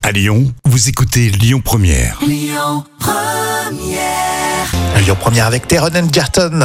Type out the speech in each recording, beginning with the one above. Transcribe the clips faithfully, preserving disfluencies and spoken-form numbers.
À Lyon, vous écoutez Lyon Première. Lyon Première. Lyon Première avec Teron Gerton.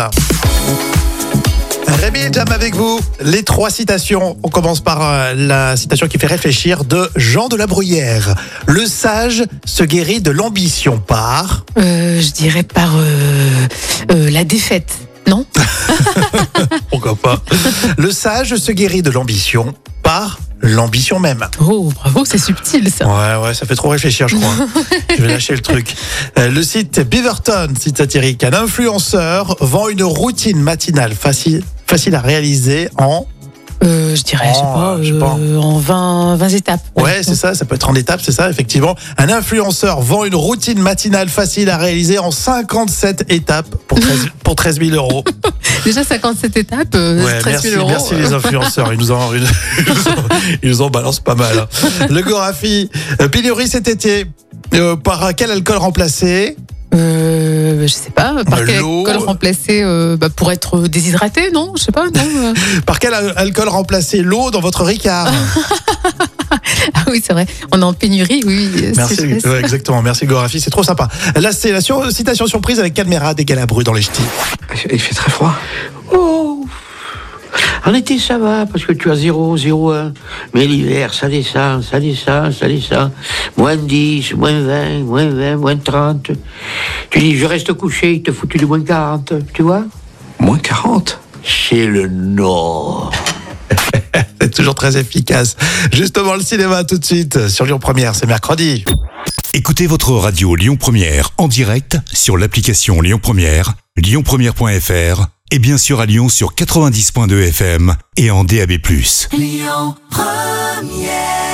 Rémi et Jam avec vous. Les trois citations. On commence par euh, la citation qui fait réfléchir de Jean de la Bruyère. Le sage se guérit de l'ambition par... Euh, je dirais par euh, euh, la défaite, non? Pourquoi pas? Le sage se guérit de l'ambition par l'ambition même. Oh, bravo, c'est subtil ça. Ouais, ouais, ça fait trop réfléchir, je crois. Je vais lâcher le truc. Euh, le site Beaverton, site satirique, un influenceur vend une routine matinale facile, facile à réaliser en... Euh, je dirais, je sais Oh, pas, je sais pas. euh, en vingt, vingt étapes. Ouais, c'est ça, ça peut être en étapes, c'est ça, effectivement. Un influenceur vend une routine matinale facile à réaliser en cinquante-sept étapes pour treize, pour treize mille euros. Déjà cinquante-sept étapes, euh, Ouais, treize merci, mille euros. merci les influenceurs, ils nous en, ils nous en, ils nous en balancent pas mal. hein. Le Gorafi, euh, pénurie cet été, euh, par quel alcool remplacé? Euh, je sais pas, par Euh, quel l'eau. alcool remplacé euh, bah, pour être déshydraté, non? Je sais pas, non euh. Par quel al- alcool remplacer l'eau dans votre Ricard? Ah oui, c'est vrai, on est en pénurie, oui. c'est Merci, vrai, ça. ouais, exactement, merci Gorafi, c'est trop sympa. Là, c'est la sur- citation surprise avec Cadmera des Galabru dans les ch'tis. Il fait très froid. Oh, en été, ça va, parce que tu as zéro, zéro, un. Mais l'hiver, ça descend, ça descend, ça descend. Moins dix, moins vingt, moins vingt, moins trente. Tu dis, je reste couché, il te foutu du moins quarante, tu vois? Moins quarante? C'est le Nord. C'est toujours très efficace. Justement, le cinéma tout de suite sur Lyon Première, c'est mercredi. Écoutez votre radio Lyon Première en direct sur l'application Lyon Première, lyon première point f r et bien sûr à Lyon sur quatre-vingt-dix point deux F M et en D A B plus. Lyon Première.